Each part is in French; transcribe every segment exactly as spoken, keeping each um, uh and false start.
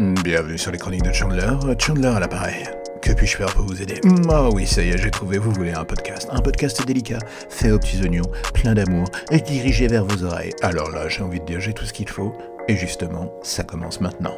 Bienvenue sur les chroniques de Chandler, Chandler à l'appareil. Que puis-je faire pour vous aider? Ah oui, ça y est, j'ai trouvé, vous voulez un podcast. Un podcast délicat, fait aux petits oignons, plein d'amour, et dirigé vers vos oreilles. Alors là, j'ai envie de dire, j'ai tout ce qu'il faut, et justement, ça commence maintenant.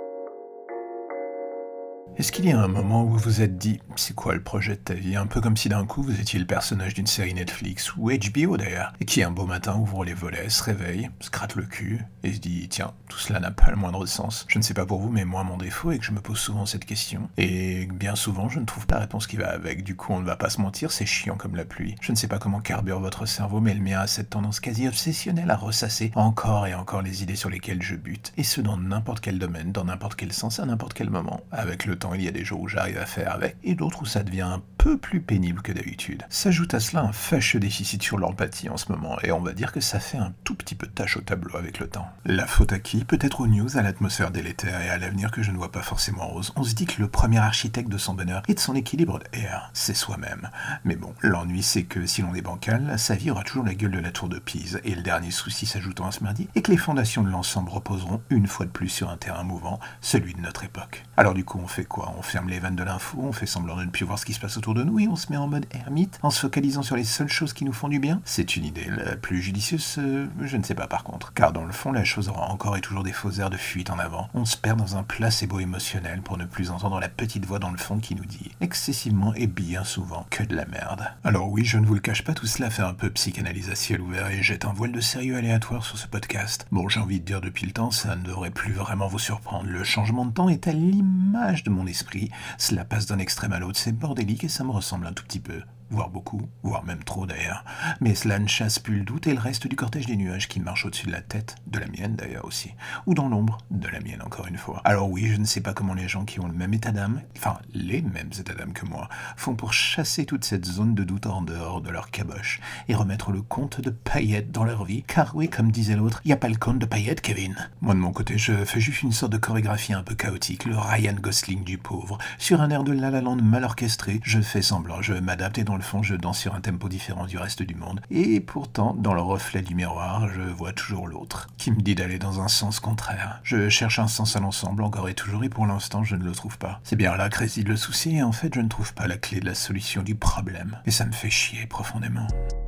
Est-ce qu'il y a un moment où vous vous êtes dit « c'est quoi le projet de ta vie ?» Un peu comme si d'un coup vous étiez le personnage d'une série Netflix, ou H B O d'ailleurs, et qui un beau matin ouvre les volets, se réveille, se gratte le cul, et se dit « tiens, tout cela n'a pas le moindre sens ». Je ne sais pas pour vous, mais moi mon défaut est que je me pose souvent cette question, et bien souvent je ne trouve pas la réponse qui va avec. Du coup on ne va pas se mentir, c'est chiant comme la pluie. Je ne sais pas comment carbure votre cerveau, mais le mien a cette tendance quasi obsessionnelle à ressasser encore et encore les idées sur lesquelles je bute, et ce dans n'importe quel domaine, dans n'importe quel sens, à n'importe quel moment. Avec le temps, il y a des jours où j'arrive à faire avec, et d'autres où ça devient un peu plus pénible que d'habitude. S'ajoute à cela un fâcheux déficit sur l'empathie en ce moment, et on va dire que ça fait un tout petit peu de tâche au tableau avec le temps. La faute à qui? Peut-être aux news, à l'atmosphère délétère et à l'avenir que je ne vois pas forcément rose. On se dit que le premier architecte de son bonheur et de son équilibre d'air, c'est soi-même. Mais bon, l'ennui c'est que si l'on est bancal, sa vie aura toujours la gueule de la tour de Pise, et le dernier souci s'ajoutant à ce mardi, est que les fondations de l'ensemble reposeront une fois de plus sur un terrain mouvant, celui de notre époque. Alors du coup, on fait quoi? On ferme les vannes de l'info, on fait semblant de ne plus voir ce qui se passe autour de nous et on se met en mode ermite en se focalisant sur les seules choses qui nous font du bien? C'est une idée. La plus judicieuse, euh, je ne sais pas par contre. Car dans le fond, la chose aura encore et toujours des faux airs de fuite en avant. On se perd dans un placebo émotionnel pour ne plus entendre la petite voix dans le fond qui nous dit excessivement et bien souvent que de la merde. Alors oui, je ne vous le cache pas, tout cela fait un peu psychanalyse à ciel ouvert et jette un voile de sérieux aléatoire sur ce podcast. Bon, j'ai envie de dire depuis le temps, ça ne devrait plus vraiment vous surprendre. Le changement de temps est à l'image de mon esprit. Cela passe d'un extrême à l'autre, c'est bordélique et ça me ressemble un tout petit peu. Voire beaucoup, voire même trop d'ailleurs. Mais cela ne chasse plus le doute et le reste du cortège des nuages qui marche au-dessus de la tête, de la mienne d'ailleurs aussi, ou dans l'ombre, de la mienne encore une fois. Alors oui, je ne sais pas comment les gens qui ont le même état d'âme, enfin les mêmes états d'âme que moi, font pour chasser toute cette zone de doute en dehors de leur caboche et remettre le compte de paillettes dans leur vie, car oui, comme disait l'autre, il n'y a pas le compte de paillettes, Kevin. Moi de mon côté, je fais juste une sorte de chorégraphie un peu chaotique, le Ryan Gosling du pauvre. Sur un air de La La Land mal orchestré, je fais semblant, je m'adapte et dans le fond, je danse sur un tempo différent du reste du monde. Et pourtant, dans le reflet du miroir, je vois toujours l'autre, qui me dit d'aller dans un sens contraire. Je cherche un sens à l'ensemble encore et toujours, et pour l'instant, je ne le trouve pas. C'est bien là que réside le souci, et en fait, je ne trouve pas la clé de la solution du problème. Et ça me fait chier profondément.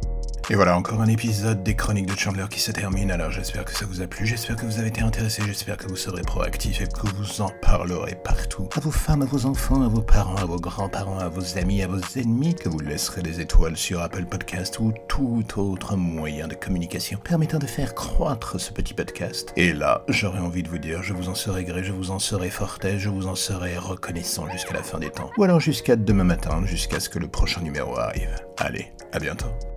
Et voilà, encore un épisode des chroniques de Chandler qui se termine, alors j'espère que ça vous a plu, j'espère que vous avez été intéressé, j'espère que vous serez proactifs et que vous en parlerez partout. À vos femmes, à vos enfants, à vos parents, à vos grands-parents, à vos amis, à vos ennemis, que vous laisserez des étoiles sur Apple Podcast ou tout autre moyen de communication permettant de faire croître ce petit podcast. Et là, j'aurais envie de vous dire, je vous en serai gré, je vous en serai fortais, je vous en serai reconnaissant jusqu'à la fin des temps. Ou alors jusqu'à demain matin, jusqu'à ce que le prochain numéro arrive. Allez, à bientôt.